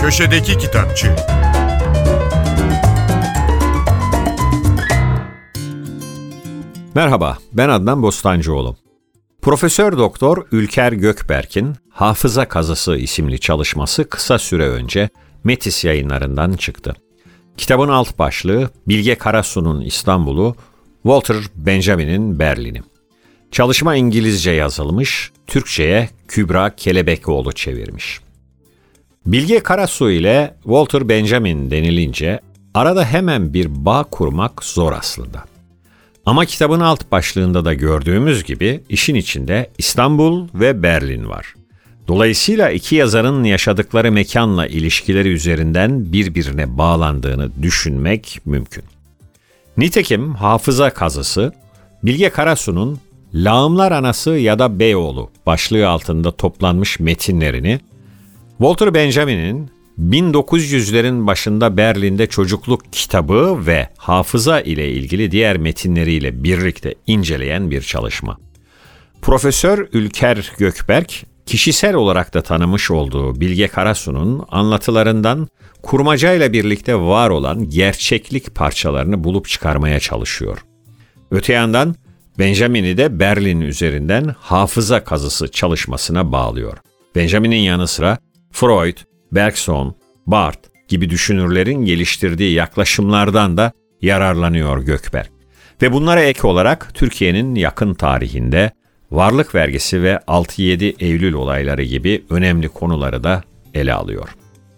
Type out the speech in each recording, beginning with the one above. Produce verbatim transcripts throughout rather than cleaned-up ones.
Köşedeki Kitapçı. Merhaba, ben Adnan Bostancıoğlu. Profesör Doktor Ülker Gökberk'in Hafıza Kazısı isimli çalışması kısa süre önce Metis Yayınları'ndan çıktı. Kitabın alt başlığı Bilge Karasu'nun İstanbul'u, Walter Benjamin'in Berlin'i. Çalışma İngilizce yazılmış, Türkçe'ye Kübra Kelebekoğlu çevirmiş. Bilge Karasu ile Walter Benjamin denilince arada hemen bir bağ kurmak zor aslında. Ama kitabın alt başlığında da gördüğümüz gibi işin içinde İstanbul ve Berlin var. Dolayısıyla iki yazarın yaşadıkları mekanla ilişkileri üzerinden birbirine bağlandığını düşünmek mümkün. Nitekim Hafıza Kazısı, Bilge Karasu'nun Lağımlar Anası ya da Beyoğlu başlığı altında toplanmış metinlerini, Walter Benjamin'in bin dokuz yüzlerin başında Berlin'de çocukluk kitabı ve hafıza ile ilgili diğer metinleriyle birlikte inceleyen bir çalışma. Profesör Ülker Gökberk, kişisel olarak da tanımış olduğu Bilge Karasu'nun anlatılarından kurmacayla birlikte var olan gerçeklik parçalarını bulup çıkarmaya çalışıyor. Öte yandan Benjamin'i de Berlin üzerinden hafıza kazısı çalışmasına bağlıyor. Benjamin'in yanı sıra Freud, Bergson, Barthes gibi düşünürlerin geliştirdiği yaklaşımlardan da yararlanıyor Gökberk. Ve bunlara ek olarak Türkiye'nin yakın tarihinde varlık vergisi ve altı yedi Eylül olayları gibi önemli konuları da ele alıyor.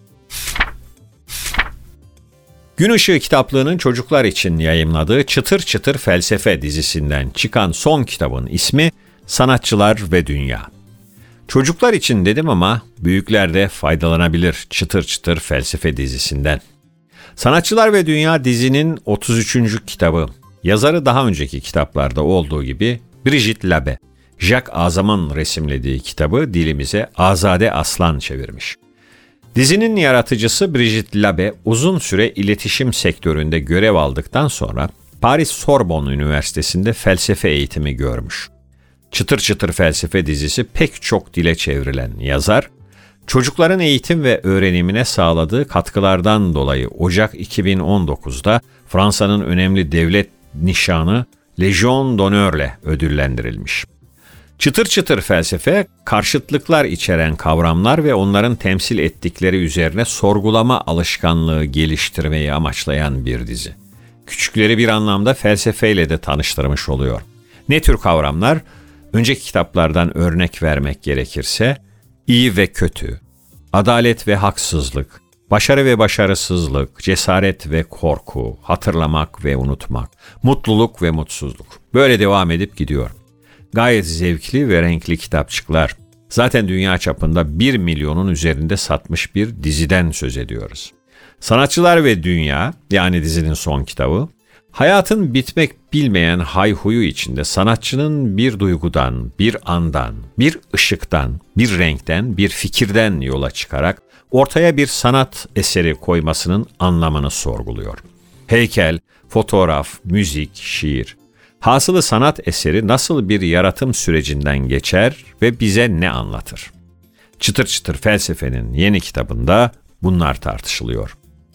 Gün Işığı kitaplığının çocuklar için yayımladığı Çıtır Çıtır Felsefe dizisinden çıkan son kitabın ismi Sanatçılar ve Dünya. Çocuklar için dedim ama büyükler de faydalanabilir Çıtır Çıtır Felsefe dizisinden. Sanatçılar ve Dünya dizinin otuz üçüncü kitabı. Yazarı daha önceki kitaplarda olduğu gibi Brigitte Labbé. Jacques Azam'ın resimlediği kitabı dilimize Azade Aslan çevirmiş. Dizinin yaratıcısı Brigitte Labbé uzun süre iletişim sektöründe görev aldıktan sonra Paris Sorbonne Üniversitesi'nde felsefe eğitimi görmüş. Çıtır Çıtır Felsefe dizisi pek çok dile çevrilen yazar, çocukların eğitim ve öğrenimine sağladığı katkılardan dolayı Ocak iki bin on dokuzda Fransa'nın önemli devlet nişanı Légion d'Honneur'le ödüllendirilmiş. Çıtır Çıtır Felsefe, karşıtlıklar içeren kavramlar ve onların temsil ettikleri üzerine sorgulama alışkanlığı geliştirmeyi amaçlayan bir dizi. Küçükleri bir anlamda felsefeyle de tanıştırmış oluyor. Ne tür kavramlar? Önceki kitaplardan örnek vermek gerekirse, iyi ve kötü, adalet ve haksızlık, başarı ve başarısızlık, cesaret ve korku, hatırlamak ve unutmak, mutluluk ve mutsuzluk. Böyle devam edip gidiyor. Gayet zevkli ve renkli kitapçıklar. Zaten dünya çapında bir milyonun üzerinde satmış bir diziden söz ediyoruz. Sanatçılar ve Dünya, yani dizinin son kitabı, hayatın bitmek bilmeyen hayhuyu içinde sanatçının bir duygudan, bir andan, bir ışıktan, bir renkten, bir fikirden yola çıkarak ortaya bir sanat eseri koymasının anlamını sorguluyor. Heykel, fotoğraf, müzik, şiir. Hasılı sanat eseri nasıl bir yaratım sürecinden geçer ve bize ne anlatır? Çıtır Çıtır Felsefe'nin yeni kitabında bunlar tartışılıyor.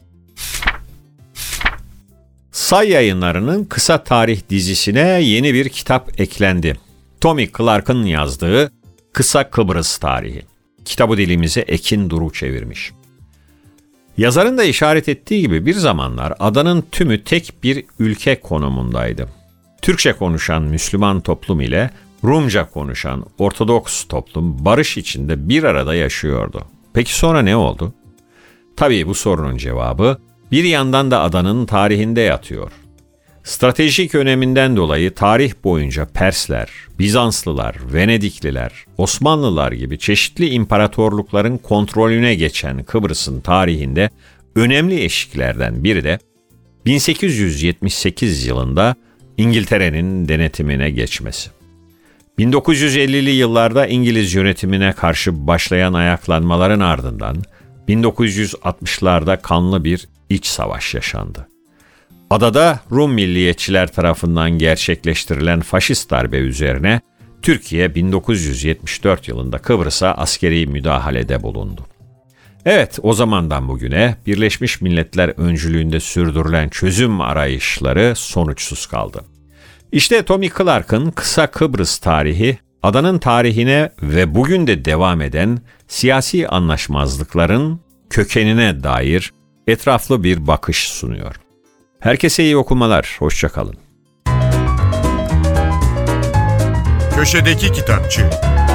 Say Yayınları'nın Kısa Tarih dizisine yeni bir kitap eklendi. Tommy Clark'ın yazdığı Kısa Kıbrıs Tarihi. Kitabı dilimize Ekin Duru çevirmiş. Yazarın da işaret ettiği gibi bir zamanlar adanın tümü tek bir ülke konumundaydı. Türkçe konuşan Müslüman toplum ile Rumca konuşan Ortodoks toplum barış içinde bir arada yaşıyordu. Peki sonra ne oldu? Tabii bu sorunun cevabı bir yandan da adanın tarihinde yatıyor. Stratejik öneminden dolayı tarih boyunca Persler, Bizanslılar, Venedikliler, Osmanlılar gibi çeşitli imparatorlukların kontrolüne geçen Kıbrıs'ın tarihinde önemli eşiklerden biri de bin sekiz yüz yetmiş sekiz yılında İngiltere'nin denetimine geçmesi. bin dokuz yüz ellili yıllarda İngiliz yönetimine karşı başlayan ayaklanmaların ardından bin dokuz yüz altmışlarda kanlı bir iç savaş yaşandı. Adada Rum milliyetçiler tarafından gerçekleştirilen faşist darbe üzerine Türkiye bin dokuz yüz yetmiş dört yılında Kıbrıs'a askeri müdahalede bulundu. Evet, o zamandan bugüne Birleşmiş Milletler öncülüğünde sürdürülen çözüm arayışları sonuçsuz kaldı. İşte Tommy Clark'ın Kısa Kıbrıs Tarihi, adanın tarihine ve bugün de devam eden siyasi anlaşmazlıkların kökenine dair etraflı bir bakış sunuyor. Herkese iyi okumalar, hoşça kalın. Köşedeki Kitapçı.